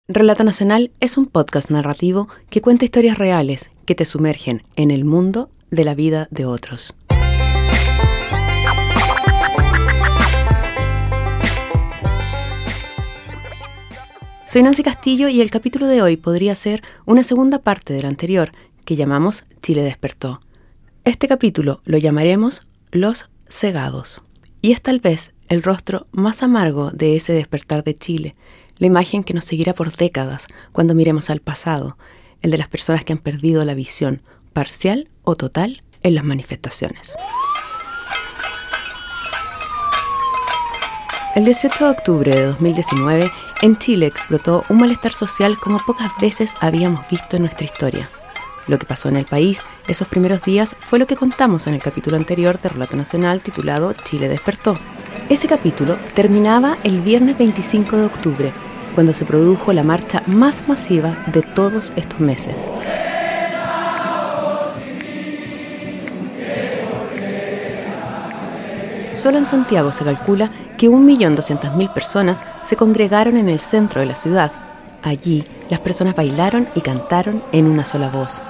Relato Nacional es un podcast narrativo que cuenta historias reales que te sumergen en el mundo de la vida de otros. Soy Nancy Castillo y el capítulo de hoy podría ser una segunda parte del anterior que llamamos Chile despertó. Este capítulo lo llamaremos Los cegados y es tal vez el rostro más amargo de ese despertar de Chile, la imagen que nos seguirá por décadas cuando miremos al pasado, el de las personas que han perdido la visión, parcial o total, en las manifestaciones. El 18 de octubre de 2019, en Chile explotó un malestar social como pocas veces habíamos visto en nuestra historia. Lo que pasó en el país esos primeros días fue lo que contamos en el capítulo anterior de Relato Nacional titulado Chile despertó. Ese capítulo terminaba el viernes 25 de octubre, cuando se produjo la marcha más masiva de todos estos meses. Solo en Santiago se calcula que 1.200.000 personas se congregaron en el centro de la ciudad. Allí, las personas bailaron y cantaron en una sola voz.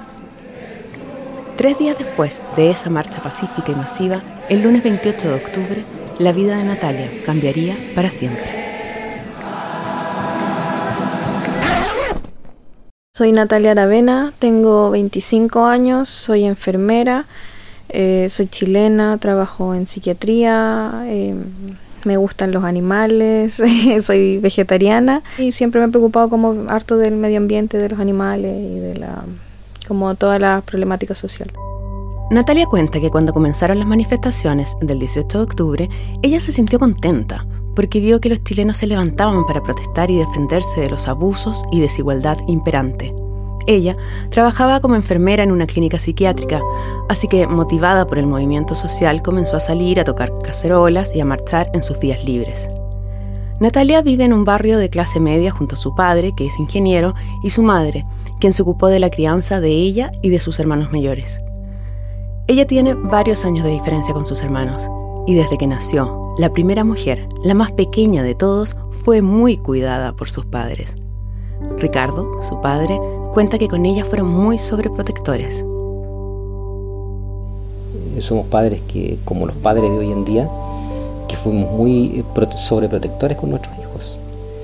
3 días después de esa marcha pacífica y masiva, el lunes 28 de octubre, la vida de Natalia cambiaría para siempre. Soy Natalia Aravena, tengo 25 años, soy enfermera, soy chilena, trabajo en psiquiatría, me gustan los animales, soy vegetariana y siempre me he preocupado como harto del medio ambiente, de los animales y de como toda la problemática social. Natalia cuenta que cuando comenzaron las manifestaciones del 18 de octubre, ella se sintió contenta porque vio que los chilenos se levantaban para protestar y defenderse de los abusos y desigualdad imperante. Ella trabajaba como enfermera en una clínica psiquiátrica, así que, motivada por el movimiento social, comenzó a salir a tocar cacerolas y a marchar en sus días libres. Natalia vive en un barrio de clase media junto a su padre, que es ingeniero, y su madre, quien se ocupó de la crianza de ella y de sus hermanos mayores. Ella tiene varios años de diferencia con sus hermanos, y desde que nació, la primera mujer, la más pequeña de todos, fue muy cuidada por sus padres. Ricardo, su padre, cuenta que con ella fueron muy sobreprotectores. Somos padres que, como los padres de hoy en día, que fuimos muy sobreprotectores con nuestros hijos.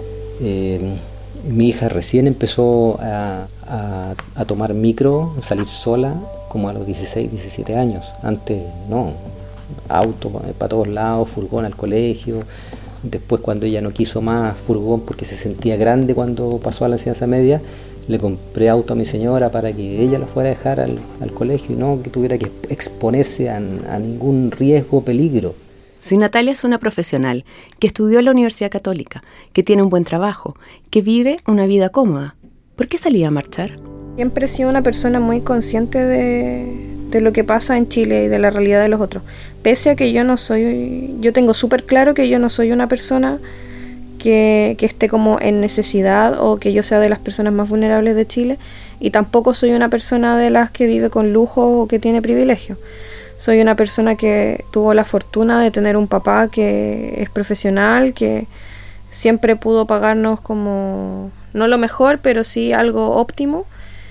Mi hija recién empezó a tomar micro, a salir sola, como a los 16, 17 años. Antes no, auto para todos lados, furgón al colegio. Después, cuando ella no quiso más furgón porque se sentía grande cuando pasó a la enseñanza media, le compré auto a mi señora para que ella la fuera a dejar al colegio y no que tuviera que exponerse a ningún riesgo o peligro. Si Natalia es una profesional que estudió en la Universidad Católica, que tiene un buen trabajo, que vive una vida cómoda, ¿por qué salía a marchar? Siempre he sido una persona muy consciente de lo que pasa en Chile y de la realidad de los otros. Pese a que yo tengo súper claro que yo no soy una persona que esté como en necesidad o que yo sea de las personas más vulnerables de Chile, y tampoco soy una persona de las que vive con lujo o que tiene privilegio. Soy una persona que tuvo la fortuna de tener un papá que es profesional, que siempre pudo pagarnos como, no lo mejor, pero sí algo óptimo,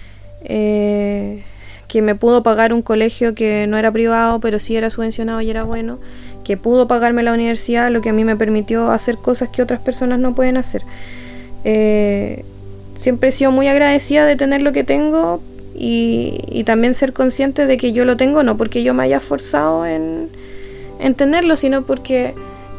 que me pudo pagar un colegio que no era privado, pero sí era subvencionado y era bueno, que pudo pagarme la universidad, lo que a mí me permitió hacer cosas que otras personas no pueden hacer. Siempre he sido muy agradecida de tener lo que tengo y también ser consciente de que yo lo tengo, no porque yo me haya esforzado en tenerlo, sino porque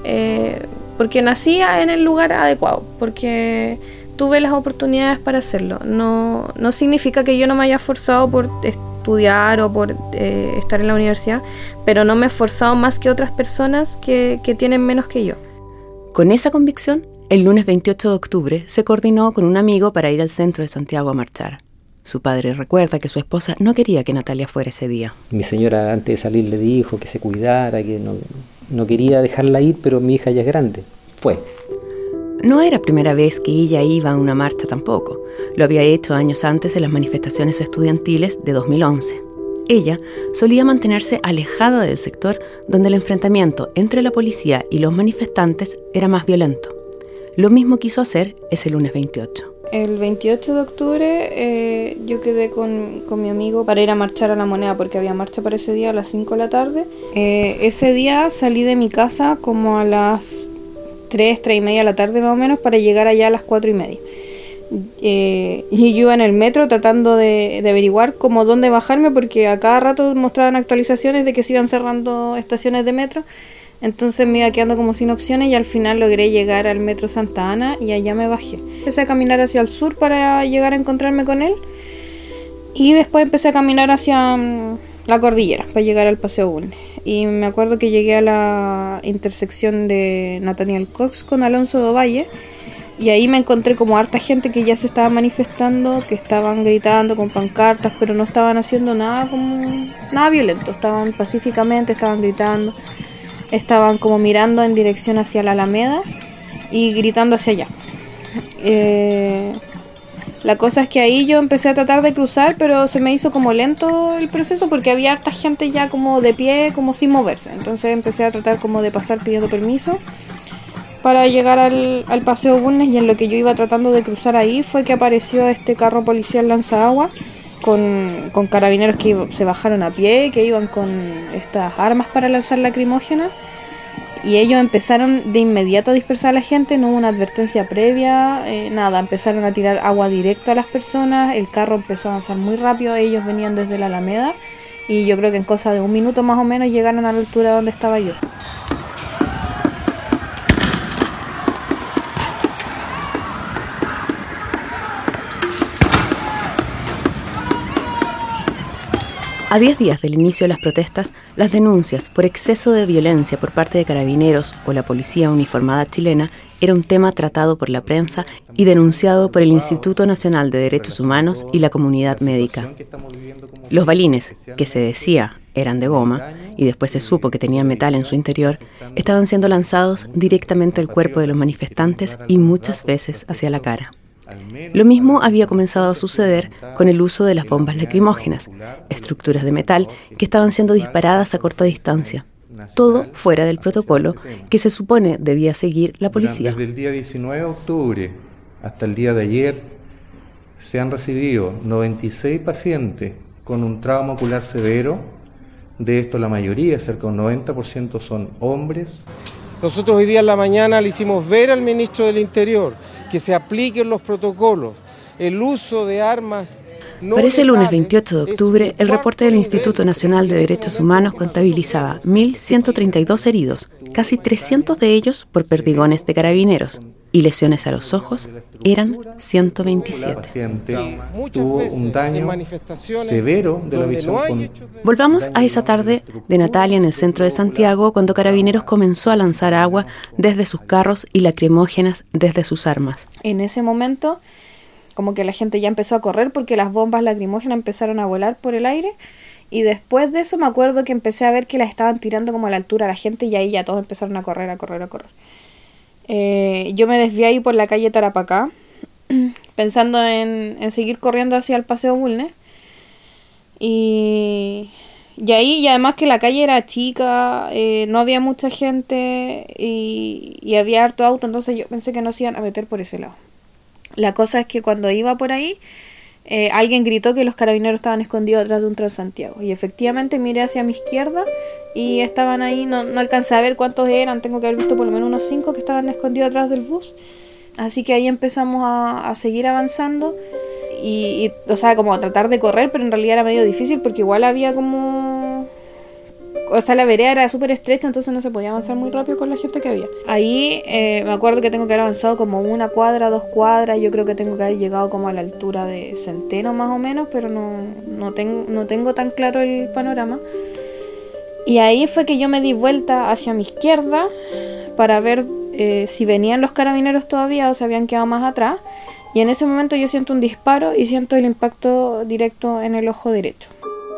nacía en el lugar adecuado, porque tuve las oportunidades para hacerlo. No significa que yo no me haya esforzado por estudiar o por estar en la universidad, pero no me he esforzado más que otras personas que tienen menos que yo. Con esa convicción, el lunes 28 de octubre se coordinó con un amigo para ir al centro de Santiago a marchar. Su padre recuerda que su esposa no quería que Natalia fuera ese día. Mi señora antes de salir le dijo que se cuidara, que no quería dejarla ir, pero mi hija ya es grande. Fue. No era primera vez que ella iba a una marcha tampoco. Lo había hecho años antes en las manifestaciones estudiantiles de 2011. Ella solía mantenerse alejada del sector donde el enfrentamiento entre la policía y los manifestantes era más violento. Lo mismo quiso hacer ese lunes 28. El 28 de octubre yo quedé con mi amigo para ir a marchar a La Moneda porque había marcha para ese día a las 5 de la tarde. Ese día salí de mi casa como a las 3 y media de la tarde más o menos para llegar allá a las 4 y media. Y yo iba en el metro tratando de averiguar como dónde bajarme porque a cada rato mostraban actualizaciones de que se iban cerrando estaciones de metro. Entonces me iba quedando como sin opciones y al final logré llegar al metro Santa Ana y allá me bajé. Empecé a caminar hacia el sur para llegar a encontrarme con él y después empecé a caminar hacia la cordillera para llegar al Paseo Bulnes. Y me acuerdo que llegué a la intersección de Nathaniel Cox con Alonso do Valle y ahí me encontré como harta gente que ya se estaba manifestando, que estaban gritando con pancartas, pero no estaban haciendo nada violento, estaban pacíficamente, estaban gritando. Estaban como mirando en dirección hacia la Alameda y gritando hacia allá. La cosa es que ahí yo empecé a tratar de cruzar, pero se me hizo como lento el proceso porque había harta gente ya como de pie, como sin moverse. Entonces empecé a tratar como de pasar pidiendo permiso para llegar al Paseo Bulnes, y en lo que yo iba tratando de cruzar ahí fue que apareció este carro policial lanzaagua con carabineros que se bajaron a pie, que iban con estas armas para lanzar lacrimógenas, y ellos empezaron de inmediato a dispersar a la gente, no hubo una advertencia previa, nada, empezaron a tirar agua directo a las personas, el carro empezó a avanzar muy rápido, ellos venían desde la Alameda, y yo creo que en cosa de un minuto más o menos llegaron a la altura donde estaba yo. A 10 días del inicio de las protestas, las denuncias por exceso de violencia por parte de carabineros o la policía uniformada chilena era un tema tratado por la prensa y denunciado por el Instituto Nacional de Derechos Humanos y la comunidad médica. Los balines, que se decía eran de goma y después se supo que tenían metal en su interior, estaban siendo lanzados directamente al cuerpo de los manifestantes y muchas veces hacia la cara. Lo mismo había comenzado a suceder con el uso de las bombas lacrimógenas, estructuras de metal que estaban siendo disparadas a corta distancia. Todo fuera del protocolo que se supone debía seguir la policía. Desde el día 19 de octubre hasta el día de ayer se han recibido 96 pacientes con un trauma ocular severo. De esto la mayoría, cerca de un 90%, son hombres. Nosotros hoy día en la mañana le hicimos ver al ministro del Interior que se apliquen los protocolos, el uso de armas. Para ese lunes 28 de octubre, el reporte del Instituto Nacional de Derechos Humanos contabilizaba 1.132 heridos, casi 300 de ellos por perdigones de carabineros, y lesiones a los ojos eran 127. La paciente tuvo un daño severo de la visión. Volvamos a esa tarde de Natalia en el centro de Santiago, cuando Carabineros comenzó a lanzar agua desde sus carros y lacrimógenas desde sus armas. En ese momento, como que la gente ya empezó a correr porque las bombas lacrimógenas empezaron a volar por el aire, y después de eso me acuerdo que empecé a ver que las estaban tirando como a la altura a la gente, y ahí ya todos empezaron a correr. Yo me desvié ahí por la calle Tarapacá, pensando en seguir corriendo hacia el Paseo Bulnes, y ahí, y además que la calle era chica, no había mucha gente y había harto auto, entonces yo pensé que no se iban a meter por ese lado. La cosa es que cuando iba por ahí, alguien gritó que los carabineros estaban escondidos atrás de un Transantiago, y efectivamente miré hacia mi izquierda y estaban ahí, no alcancé a ver cuántos eran, tengo que haber visto por lo menos unos 5 que estaban escondidos atrás del bus, así que ahí empezamos a seguir avanzando y o sea, como a tratar de correr, pero en realidad era medio difícil porque igual había como... O sea, la vereda era súper estrecha, entonces no se podía avanzar muy rápido con la gente que había. Ahí me acuerdo que tengo que haber avanzado como 1 cuadra, 2 cuadras. Yo creo que tengo que haber llegado como a la altura de Centeno más o menos, pero no tengo tan claro el panorama. Y ahí fue que yo me di vuelta hacia mi izquierda para ver si venían los carabineros todavía o se habían quedado más atrás. Y en ese momento yo siento un disparo y siento el impacto directo en el ojo derecho.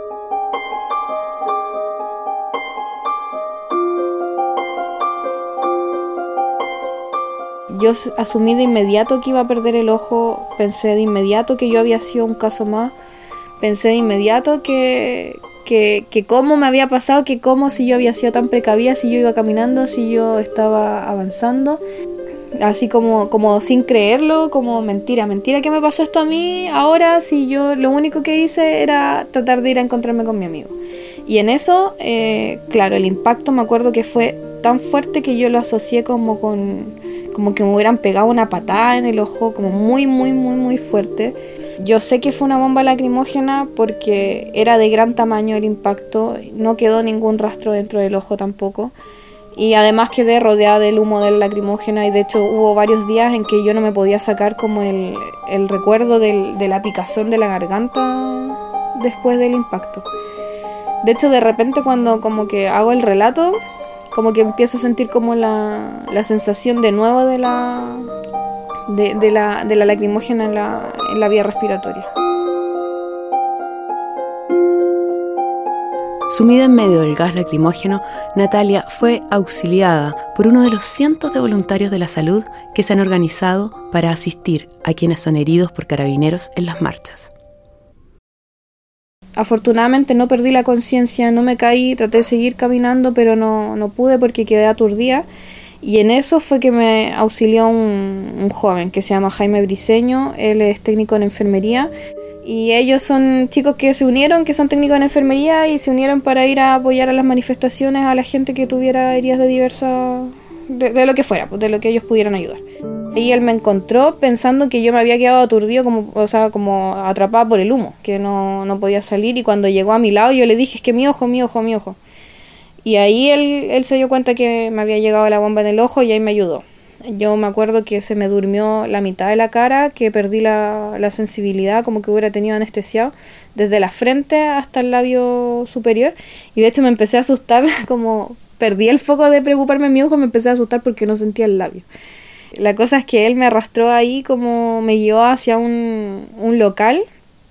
Yo asumí de inmediato que iba a perder el ojo, pensé de inmediato que yo había sido un caso más, pensé de inmediato que cómo me había pasado, que cómo si yo había sido tan precavida, si yo iba caminando, si yo estaba avanzando. así como sin creerlo, como mentira que me pasó esto a mí ahora, si yo lo único que hice era tratar de ir a encontrarme con mi amigo. Y en eso, claro, el impacto me acuerdo que fue tan fuerte que yo lo asocié como que me hubieran pegado una patada en el ojo, como muy, muy, muy, muy fuerte. Yo sé que fue una bomba lacrimógena porque era de gran tamaño el impacto, no quedó ningún rastro dentro del ojo tampoco. Y además quedé rodeada del humo de la lacrimógena, y de hecho hubo varios días en que yo no me podía sacar como el recuerdo de la picazón de la garganta después del impacto. De hecho, de repente cuando como que hago el relato, como que empiezo a sentir como la sensación de nuevo de la lacrimógena en la vía respiratoria. Sumida en medio del gas lacrimógeno, Natalia fue auxiliada por uno de los cientos de voluntarios de la salud que se han organizado para asistir a quienes son heridos por carabineros en las marchas. Afortunadamente no perdí la conciencia, no me caí, traté de seguir caminando, pero no pude porque quedé aturdida. Y en eso fue que me auxilió un joven que se llama Jaime Briceño. Él es técnico en enfermería. Y ellos son chicos que se unieron, que son técnicos en enfermería, y se unieron para ir a apoyar a las manifestaciones a la gente que tuviera heridas de diversas, de lo que fuera, de lo que ellos pudieran ayudar. Y él me encontró pensando que yo me había quedado aturdido, como atrapada por el humo, que no podía salir, y cuando llegó a mi lado yo le dije, es que mi ojo. Y ahí él se dio cuenta que me había llegado la bomba en el ojo y ahí me ayudó. Yo me acuerdo que se me durmió la mitad de la cara, que perdí la sensibilidad, como que hubiera tenido anestesiado, desde la frente hasta el labio superior, y de hecho me empecé a asustar, como perdí el foco de preocuparme en mi ojo, me empecé a asustar porque no sentía el labio. La cosa es que él me arrastró ahí, como me guió hacia un local,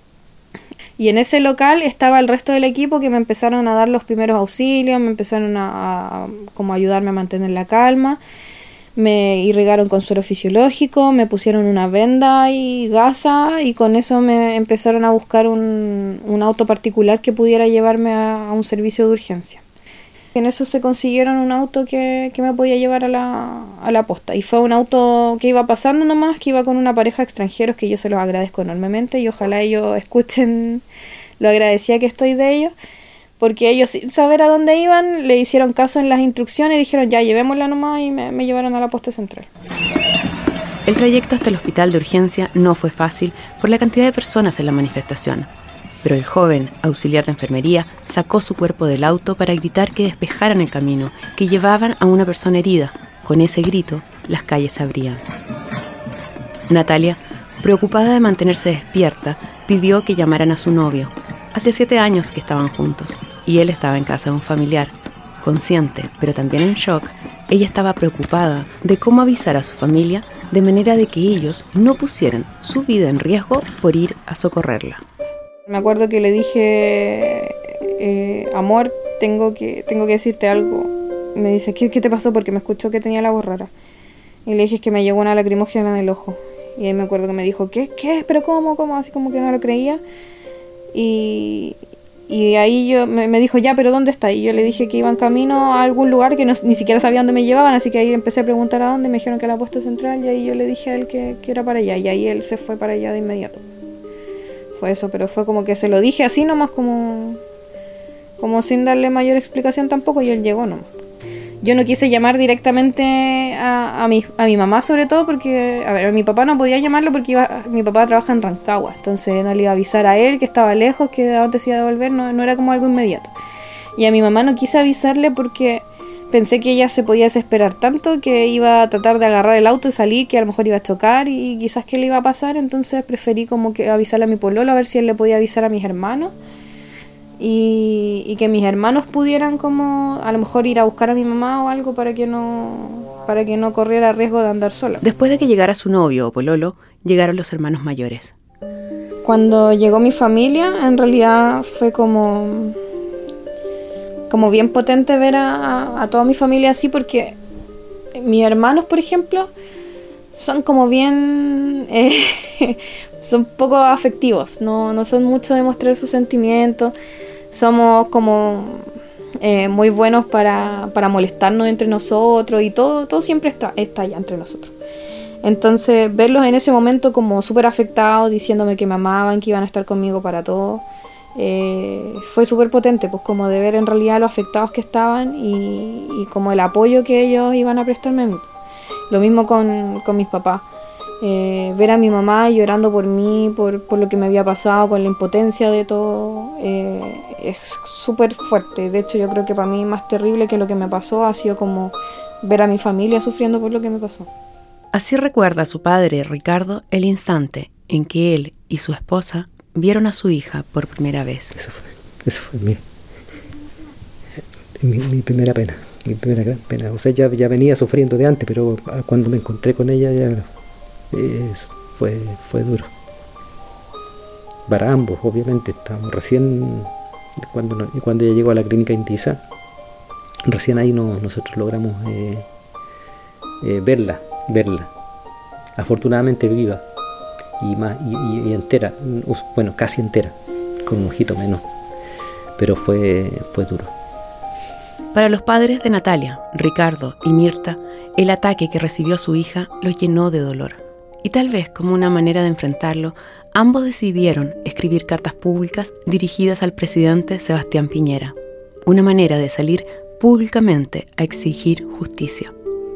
y en ese local estaba el resto del equipo que me empezaron a dar los primeros auxilios, me empezaron a como ayudarme a mantener la calma, me irrigaron con suero fisiológico, me pusieron una venda y gasa, y con eso me empezaron a buscar un auto particular que pudiera llevarme a un servicio de urgencia. En eso se consiguieron un auto que me podía llevar a la posta, y fue un auto que iba pasando nomás, que iba con una pareja de extranjeros que yo se los agradezco enormemente, y ojalá ellos escuchen lo agradecida que estoy de ellos, porque ellos, sin saber a dónde iban, le hicieron caso en las instrucciones y dijeron ya, llevémosla nomás, y me llevaron a la posta central. El trayecto hasta el hospital de urgencia no fue fácil por la cantidad de personas en la manifestación, pero el joven auxiliar de enfermería sacó su cuerpo del auto para gritar que despejaran el camino, que llevaban a una persona herida. Con ese grito, las calles se abrían. Natalia, preocupada de mantenerse despierta, pidió que llamaran a su novio. Hacía 7 años que estaban juntos, y él estaba en casa de un familiar. Consciente, pero también en shock, ella estaba preocupada de cómo avisar a su familia de manera de que ellos no pusieran su vida en riesgo por ir a socorrerla. Me acuerdo que le dije, amor, tengo que decirte algo. Me dice, ¿qué te pasó? Porque me escuchó que tenía la voz rara. Y le dije, es que me llegó una lacrimógena en el ojo. Y ahí me acuerdo que me dijo, ¿qué? ¿Pero cómo? Así como que no lo creía. Y ahí me dijo, ya, ¿pero dónde está? Y yo le dije que iba en camino a algún lugar que ni siquiera sabía dónde me llevaban, así que ahí empecé a preguntar a dónde, me dijeron que a la posta central, y ahí yo le dije a él que era para allá, y ahí él se fue para allá de inmediato. Fue eso, pero fue como que se lo dije así nomás, como sin darle mayor explicación tampoco, y él llegó nomás. Yo no quise llamar directamente a mi mamá, sobre todo porque, a mi papá no podía llamarlo porque mi papá trabaja en Rancagua, entonces no le iba a avisar a él que estaba lejos, que de dónde se iba a devolver, no era como algo inmediato. Y a mi mamá no quise avisarle porque pensé que ella se podía desesperar tanto que iba a tratar de agarrar el auto y salir, que a lo mejor iba a chocar y quizás que le iba a pasar, entonces preferí como que avisarle a mi pololo a ver si él le podía avisar a mis hermanos. Y que mis hermanos pudieran como a lo mejor ir a buscar a mi mamá o algo para que no corriera riesgo de andar sola. Después de que llegara su novio o pololo, llegaron los hermanos mayores. Cuando llegó mi familia, en realidad fue como bien potente ver a toda mi familia así, porque mis hermanos, por ejemplo, son como bien son poco afectivos, no son mucho de mostrar sus sentimientos. Somos como muy buenos para molestarnos entre nosotros, y todo siempre está allá entre nosotros. Entonces verlos en ese momento como súper afectados, diciéndome que me amaban, que iban a estar conmigo para todo, fue súper potente, pues como de ver en realidad lo afectados que estaban y como el apoyo que ellos iban a prestarme a mí. Lo mismo con mis papás. Ver a mi mamá llorando por mí, por lo que me había pasado, con la impotencia de todo, es súper fuerte. De hecho, yo creo que para mí más terrible que lo que me pasó ha sido como ver a mi familia sufriendo por lo que me pasó. Así recuerda su padre, Ricardo, el instante en que él y su esposa vieron a su hija por primera vez. Eso fue mi primera pena, mi primera gran pena. O sea, ya venía sufriendo de antes, pero cuando me encontré con ella ya fue duro. Para ambos, obviamente. Estábamos recién, cuando ella llegó a la clínica Intisa, recién ahí nosotros logramos verla. Afortunadamente viva y entera, bueno, casi entera, con un ojito menos, pero fue duro. Para los padres de Natalia, Ricardo y Mirta, el ataque que recibió su hija los llenó de dolor. Y tal vez como una manera de enfrentarlo, ambos decidieron escribir cartas públicas dirigidas al presidente Sebastián Piñera. Una manera de salir públicamente a exigir justicia.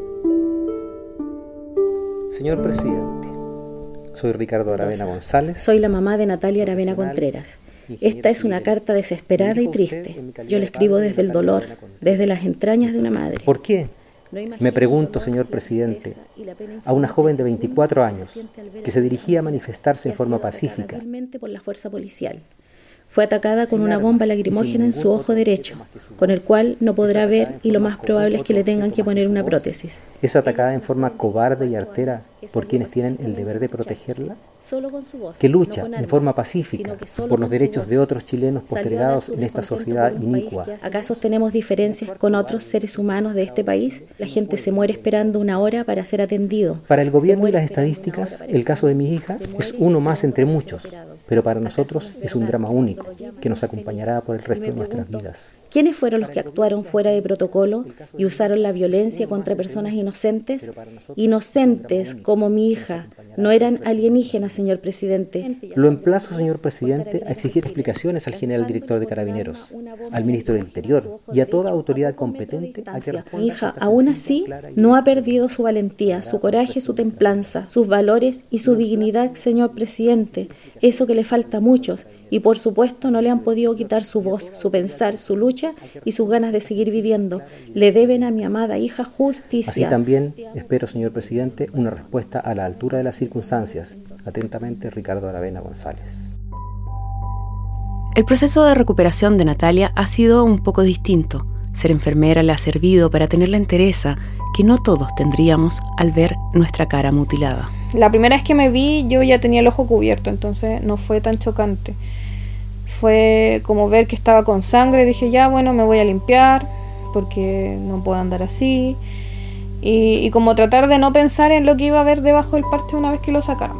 Señor presidente, soy Ricardo Aravena González. Soy la mamá de Natalia Aravena Contreras. Esta es una carta desesperada y triste. Yo la escribo desde el dolor, desde las entrañas de una madre. ¿Por qué? Me pregunto, señor presidente, a una joven de 24 años que se dirigía a manifestarse en forma pacífica. Por la fuerza policial. Fue atacada con una bomba lacrimógena en su ojo derecho, con el cual no podrá ver y lo más probable es que le tengan que poner una prótesis. ¿Es atacada en forma cobarde y artera por quienes tienen el deber de protegerla? Que lucha en forma pacífica por los derechos de otros chilenos postergados en esta sociedad inicua. ¿Acaso tenemos diferencias con otros seres humanos de este país? La gente se muere esperando una hora para ser atendido. Para el gobierno y las estadísticas, el caso de mi hija es uno más entre muchos, pero para nosotros es un drama único que nos acompañará por el resto de nuestras vidas. ¿Quiénes fueron los que actuaron fuera de protocolo y usaron la violencia contra personas inocentes? Inocentes como mi hija. No eran alienígenas, señor presidente. Lo emplazo, señor presidente, a exigir explicaciones al general director de Carabineros, al ministro del Interior y a toda autoridad competente a que responda. Mi hija, aún así, no ha perdido su valentía, su coraje, su templanza, sus valores y su dignidad, señor presidente. Eso que le falta a muchos. Y por supuesto no le han podido quitar su voz, su pensar, su lucha y sus ganas de seguir viviendo. Le deben a mi amada hija justicia. Así también espero, señor presidente, una respuesta a la altura de las circunstancias. Atentamente, Ricardo Aravena González. El proceso de recuperación de Natalia ha sido un poco distinto. Ser enfermera le ha servido para tener la entereza que no todos tendríamos al ver nuestra cara mutilada. La primera vez que me vi, yo ya tenía el ojo cubierto, entonces no fue tan chocante. Fue como ver que estaba con sangre, dije ya, bueno, me voy a limpiar, porque no puedo andar así. Y como tratar de no pensar en lo que iba a haber debajo del parche una vez que lo sacaron.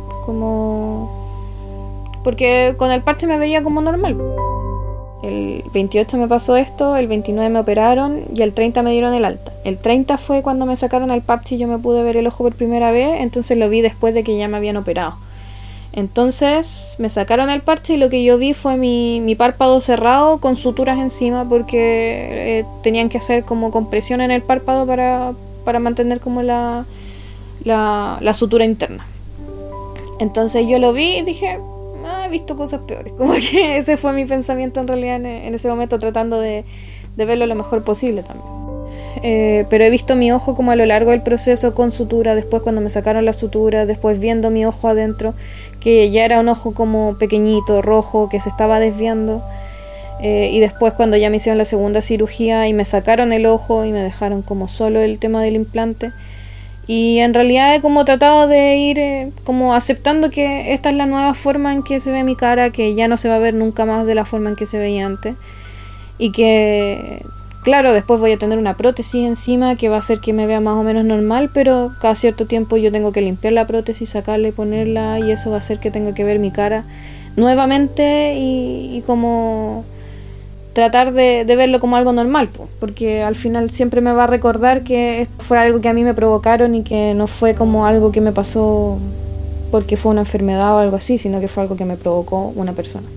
Porque con el parche me veía como normal. El 28 me pasó esto, el 29 me operaron y el 30 me dieron el alta. El 30 fue cuando me sacaron el parche y yo me pude ver el ojo por primera vez, entonces lo vi después de que ya me habían operado. Entonces me sacaron el parche y lo que yo vi fue mi párpado cerrado con suturas encima porque tenían que hacer como compresión en el párpado para mantener como la sutura interna. Entonces yo lo vi y dije... he visto cosas peores, como que ese fue mi pensamiento en realidad en ese momento, tratando de verlo lo mejor posible también. Pero he visto mi ojo como a lo largo del proceso con sutura, después cuando me sacaron la sutura, después viendo mi ojo adentro, que ya era un ojo como pequeñito, rojo, que se estaba desviando, y después cuando ya me hicieron la segunda cirugía y me sacaron el ojo y me dejaron como solo el tema del implante. Y en realidad he como tratado de ir como aceptando que esta es la nueva forma en que se ve mi cara, que ya no se va a ver nunca más de la forma en que se veía antes. Y que, claro, después voy a tener una prótesis encima que va a hacer que me vea más o menos normal, pero cada cierto tiempo yo tengo que limpiar la prótesis, sacarla y ponerla, y eso va a hacer que tenga que ver mi cara nuevamente y como tratar de verlo como algo normal, porque al final siempre me va a recordar que fue algo que a mí me provocaron y que no fue como algo que me pasó porque fue una enfermedad o algo así, sino que fue algo que me provocó una persona.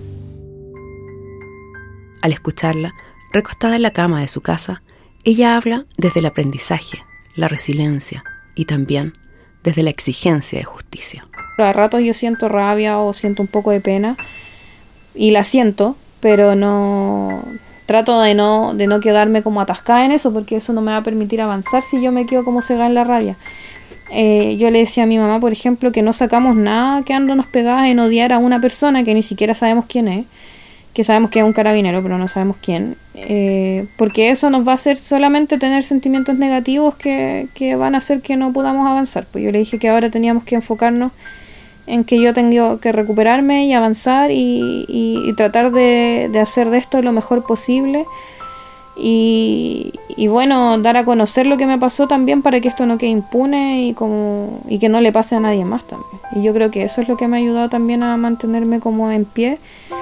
Al escucharla, recostada en la cama de su casa, ella habla desde el aprendizaje, la resiliencia y también desde la exigencia de justicia. A ratos yo siento rabia o siento un poco de pena, y la siento, pero no trato de no quedarme como atascada en eso, porque eso no me va a permitir avanzar si yo me quedo como cegada en la rabia. Yo le decía a mi mamá, por ejemplo, que no sacamos nada quedándonos pegadas en odiar a una persona que ni siquiera sabemos quién es, que sabemos que es un carabinero, pero no sabemos quién, porque eso nos va a hacer solamente tener sentimientos negativos que van a hacer que no podamos avanzar. Pues yo le dije que ahora teníamos que enfocarnos en que yo tengo que recuperarme y avanzar y tratar de hacer de esto lo mejor posible y bueno, dar a conocer lo que me pasó también para que esto no quede impune y que no le pase a nadie más también. Y yo creo que eso es lo que me ha ayudado también a mantenerme como en pie,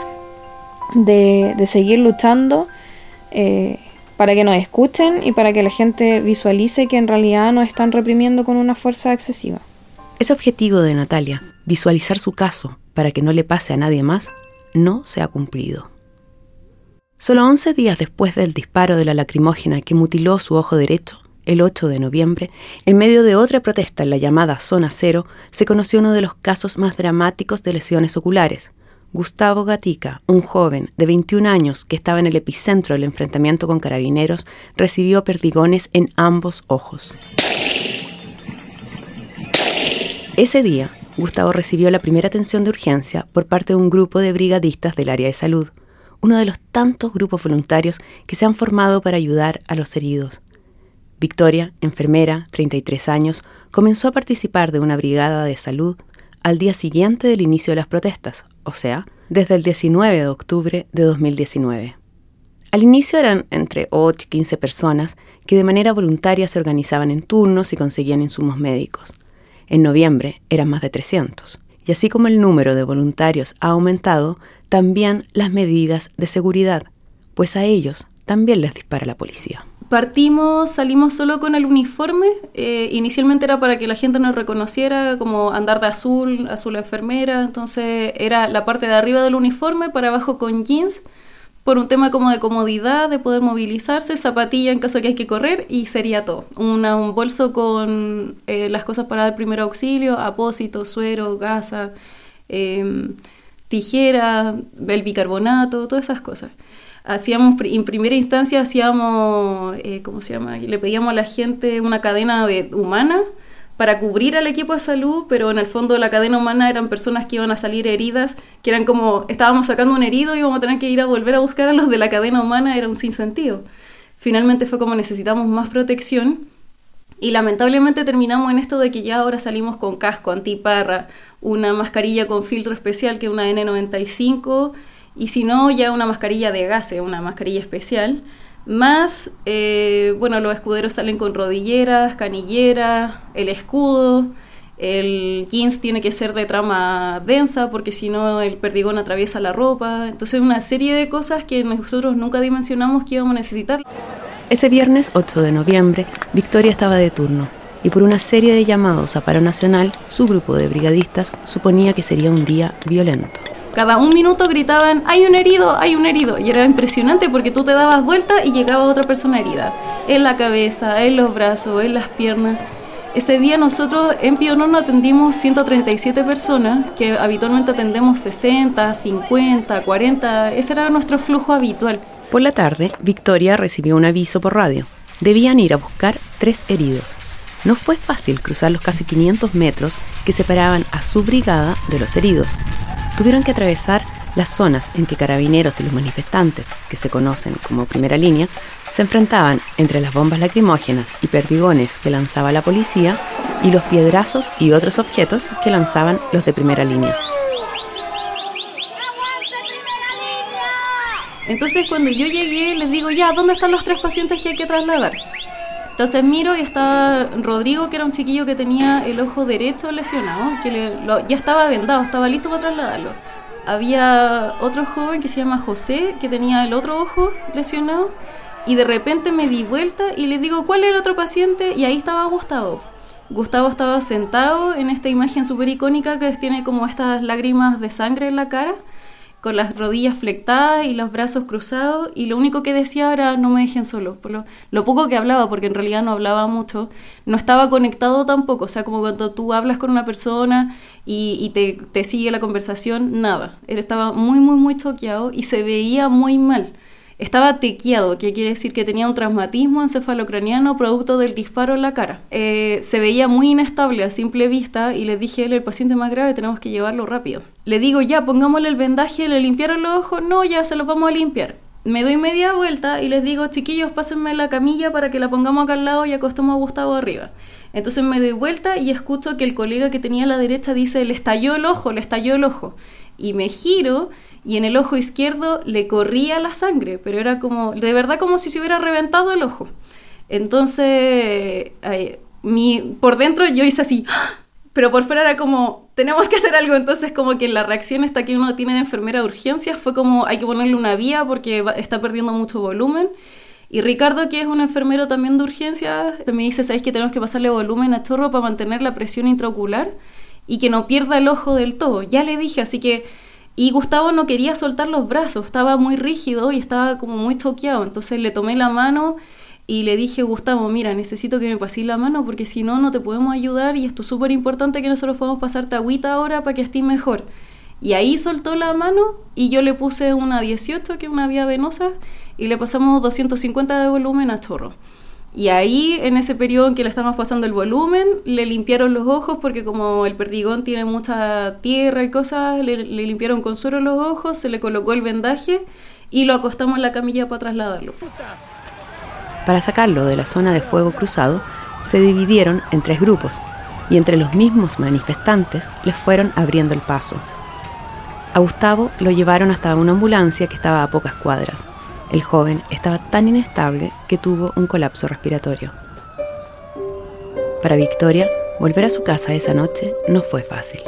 de seguir luchando para que nos escuchen y para que la gente visualice que en realidad nos están reprimiendo con una fuerza excesiva. Ese objetivo de Natalia, visualizar su caso para que no le pase a nadie más, no se ha cumplido. Solo 11 días después del disparo de la lacrimógena que mutiló su ojo derecho, el 8 de noviembre, en medio de otra protesta en la llamada Zona Cero, se conoció uno de los casos más dramáticos de lesiones oculares. Gustavo Gatica, un joven de 21 años que estaba en el epicentro del enfrentamiento con carabineros, recibió perdigones en ambos ojos. Ese día, Gustavo recibió la primera atención de urgencia por parte de un grupo de brigadistas del área de salud, uno de los tantos grupos voluntarios que se han formado para ayudar a los heridos. Victoria, enfermera, 33 años, comenzó a participar de una brigada de salud al día siguiente del inicio de las protestas, o sea, desde el 19 de octubre de 2019. Al inicio eran entre 8 y 15 personas que de manera voluntaria se organizaban en turnos y conseguían insumos médicos. En noviembre eran más de 300. Y así como el número de voluntarios ha aumentado, también las medidas de seguridad, pues a ellos también les dispara la policía. Salimos solo con el uniforme. Inicialmente era para que la gente nos reconociera, como andar de azul enfermera. Entonces era la parte de arriba del uniforme, para abajo con jeans, por un tema como de comodidad, de poder movilizarse, zapatilla en caso de que hay que correr, y sería todo. Un bolso con las cosas para dar primer auxilio, apósito, suero, gasa, tijera, el bicarbonato, todas esas cosas. En primera instancia le pedíamos a la gente una cadena humana para cubrir al equipo de salud, pero en el fondo la cadena humana eran personas que iban a salir heridas, que eran como, estábamos sacando un herido y íbamos a tener que ir a volver a buscar a los de la cadena humana, era un sinsentido. Finalmente fue como necesitamos más protección, y lamentablemente terminamos en esto de que ya ahora salimos con casco, antiparra, una mascarilla con filtro especial que es una N95, y si no, ya una mascarilla de gases, una mascarilla especial. Más, los escuderos salen con rodilleras, canilleras, el escudo, el jeans tiene que ser de trama densa porque si no el perdigón atraviesa la ropa. Entonces una serie de cosas que nosotros nunca dimensionamos que íbamos a necesitar. Ese viernes 8 de noviembre, Victoria estaba de turno y por una serie de llamados a paro nacional, su grupo de brigadistas suponía que sería un día violento. Cada un minuto gritaban, hay un herido, y era impresionante porque tú te dabas vuelta y llegaba otra persona herida, en la cabeza, en los brazos, en las piernas. Ese día nosotros en Pío Nono atendimos 137 personas, que habitualmente atendemos 60, 50, 40, ese era nuestro flujo habitual. Por la tarde, Victoria recibió un aviso por radio. Debían ir a buscar 3 heridos. No fue fácil cruzar los casi 500 metros que separaban a su brigada de los heridos. Tuvieron que atravesar las zonas en que carabineros y los manifestantes, que se conocen como primera línea, se enfrentaban entre las bombas lacrimógenas y perdigones que lanzaba la policía y los piedrazos y otros objetos que lanzaban los de primera línea. Entonces cuando yo llegué les digo, ya, ¿dónde están los 3 pacientes que hay que trasladar? Entonces miro y estaba Rodrigo, que era un chiquillo que tenía el ojo derecho lesionado, que ya estaba vendado, estaba listo para trasladarlo. había otro joven que se llama José, que tenía el otro ojo lesionado, y de repente me di vuelta y le digo, ¿cuál es el otro paciente? Y ahí estaba Gustavo. Gustavo estaba sentado en esta imagen súper icónica que tiene como estas lágrimas de sangre en la cara, con las rodillas flectadas y los brazos cruzados, y lo único que decía era no me dejen solo. Por lo poco que hablaba, porque en realidad no hablaba mucho, no estaba conectado tampoco, o sea, como cuando tú hablas con una persona y te sigue la conversación, nada. Él estaba muy, muy, muy choqueado y se veía muy mal. Estaba tequiado, que quiere decir que tenía un traumatismo encefalocraniano producto del disparo en la cara. Se veía muy inestable a simple vista y le dije, él es el paciente más grave, tenemos que llevarlo rápido. Le digo, ya, pongámosle el vendaje, le limpiaron los ojos, no, ya se los vamos a limpiar. Me doy media vuelta y les digo, chiquillos, pásenme la camilla para que la pongamos acá al lado y acostemos a Gustavo arriba. Entonces me doy vuelta y escucho que el colega que tenía a la derecha dice, le estalló el ojo, le estalló el ojo. Y me giro y en el ojo izquierdo le corría la sangre, pero era como, de verdad como si se hubiera reventado el ojo. Entonces, por dentro yo hice así, pero por fuera era como, tenemos que hacer algo. Entonces como que la reacción esta que uno tiene de enfermera de urgencias fue como, hay que ponerle una vía porque está perdiendo mucho volumen. Y Ricardo, que es un enfermero también de urgencias, me dice, ¿sabes que tenemos que pasarle volumen a Chorro para mantener la presión intraocular y que no pierda el ojo del todo? Ya le dije, así que... Y Gustavo no quería soltar los brazos, estaba muy rígido y estaba como muy choqueado. Entonces le tomé la mano y le dije, Gustavo, mira, necesito que me pases la mano porque si no, no te podemos ayudar y esto es súper importante que nosotros podamos pasarte agüita ahora para que estés mejor. Y ahí soltó la mano y yo le puse una 18, que es una vía venosa, y le pasamos 250 de volumen a Chorro. Y ahí, en ese periodo en que le estábamos pasando el volumen, le limpiaron los ojos porque como el Perdigón tiene mucha tierra y cosas, le limpiaron con suero los ojos, se le colocó el vendaje y lo acostamos en la camilla para trasladarlo. Para sacarlo de la zona de fuego cruzado, se dividieron en 3 grupos y entre los mismos manifestantes les fueron abriendo el paso. A Gustavo lo llevaron hasta una ambulancia que estaba a pocas cuadras. El joven estaba tan inestable que tuvo un colapso respiratorio. Para Victoria, volver a su casa esa noche no fue fácil.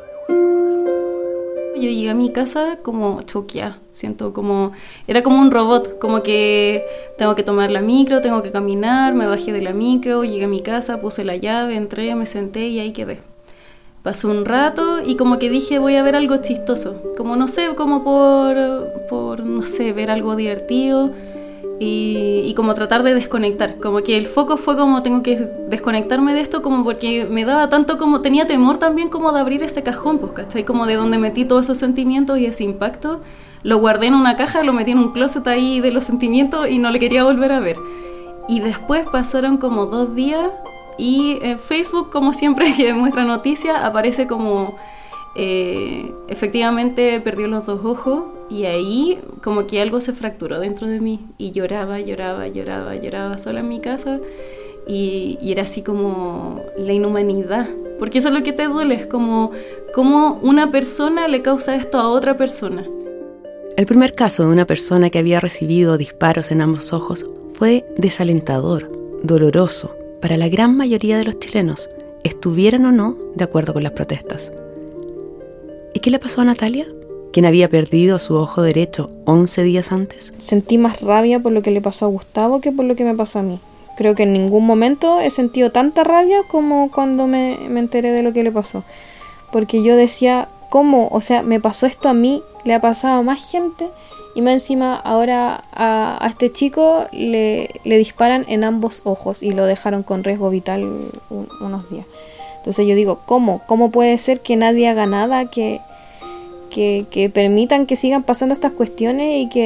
Yo llegué a mi casa como choqueada, siento como... Era como un robot, como que tengo que tomar la micro, tengo que caminar, me bajé de la micro, llegué a mi casa, puse la llave, entré, me senté y ahí quedé. Pasó un rato y como que dije voy a ver algo chistoso, como no sé, como por no sé, ver algo divertido y como tratar de desconectar, como que el foco fue como tengo que desconectarme de esto, como porque me daba tanto, como tenía temor también como de abrir ese cajón, pues, ¿cachai? Como de donde metí todos esos sentimientos y ese impacto, lo guardé en una caja, lo metí en un closet ahí de los sentimientos y no le quería volver a ver. Y después pasaron como 2 días y en Facebook, como siempre que muestra noticias, aparece como efectivamente perdió los 2 ojos y ahí como que algo se fracturó dentro de mí y lloraba sola en mi casa y era así como la inhumanidad, porque eso es lo que te duele, es como una persona le causa esto a otra persona. El primer caso de una persona que había recibido disparos en ambos ojos fue desalentador, doloroso, para la gran mayoría de los chilenos, estuvieran o no de acuerdo con las protestas. ¿Y qué le pasó a Natalia, quien había perdido su ojo derecho 11 días antes? Sentí más rabia por lo que le pasó a Gustavo que por lo que me pasó a mí. Creo que en ningún momento he sentido tanta rabia como cuando me enteré de lo que le pasó. Porque yo decía, ¿cómo? O sea, me pasó esto a mí, le ha pasado a más gente... Y más encima ahora a este chico le disparan en ambos ojos y lo dejaron con riesgo vital unos días. Entonces yo digo, ¿cómo? ¿Cómo puede ser que nadie haga nada, que permitan que sigan pasando estas cuestiones y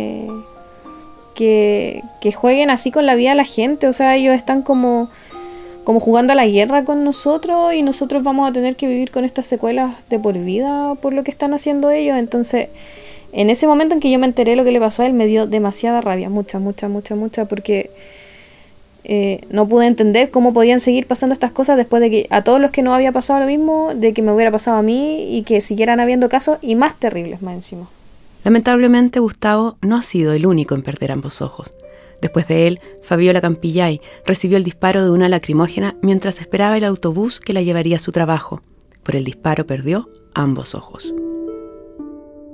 que jueguen así con la vida de la gente? O sea, ellos están como jugando a la guerra con nosotros y nosotros vamos a tener que vivir con estas secuelas de por vida por lo que están haciendo ellos. Entonces... En ese momento en que yo me enteré de lo que le pasó a él, me dio demasiada rabia, mucha, porque no pude entender cómo podían seguir pasando estas cosas después de que a todos los que no había pasado lo mismo, de que me hubiera pasado a mí y que siguieran habiendo casos y más terribles más encima. Lamentablemente, Gustavo no ha sido el único en perder ambos ojos. Después de él, Fabiola Campillay recibió el disparo de una lacrimógena mientras esperaba el autobús que la llevaría a su trabajo. Por el disparo perdió ambos ojos.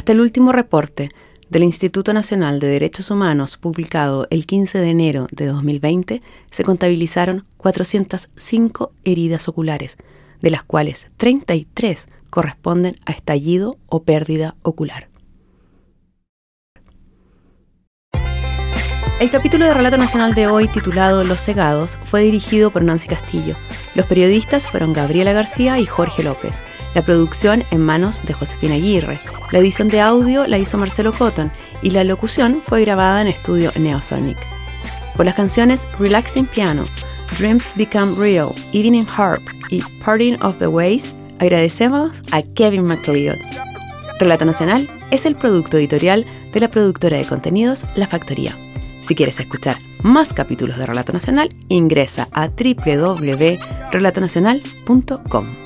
Hasta el último reporte del Instituto Nacional de Derechos Humanos, publicado el 15 de enero de 2020, se contabilizaron 405 heridas oculares, de las cuales 33 corresponden a estallido o pérdida ocular. El capítulo de Relato Nacional de hoy, titulado Los Cegados, fue dirigido por Nancy Castillo. Los periodistas fueron Gabriela García y Jorge López. La producción en manos de Josefina Aguirre. La edición de audio la hizo Marcelo Cotton y la locución fue grabada en estudio Neosonic. Por las canciones Relaxing Piano, Dreams Become Real, Evening Harp y Parting of the Ways, agradecemos a Kevin MacLeod. Relato Nacional es el producto editorial de la productora de contenidos La Factoría. Si quieres escuchar más capítulos de Relato Nacional, ingresa a www.relatonacional.com.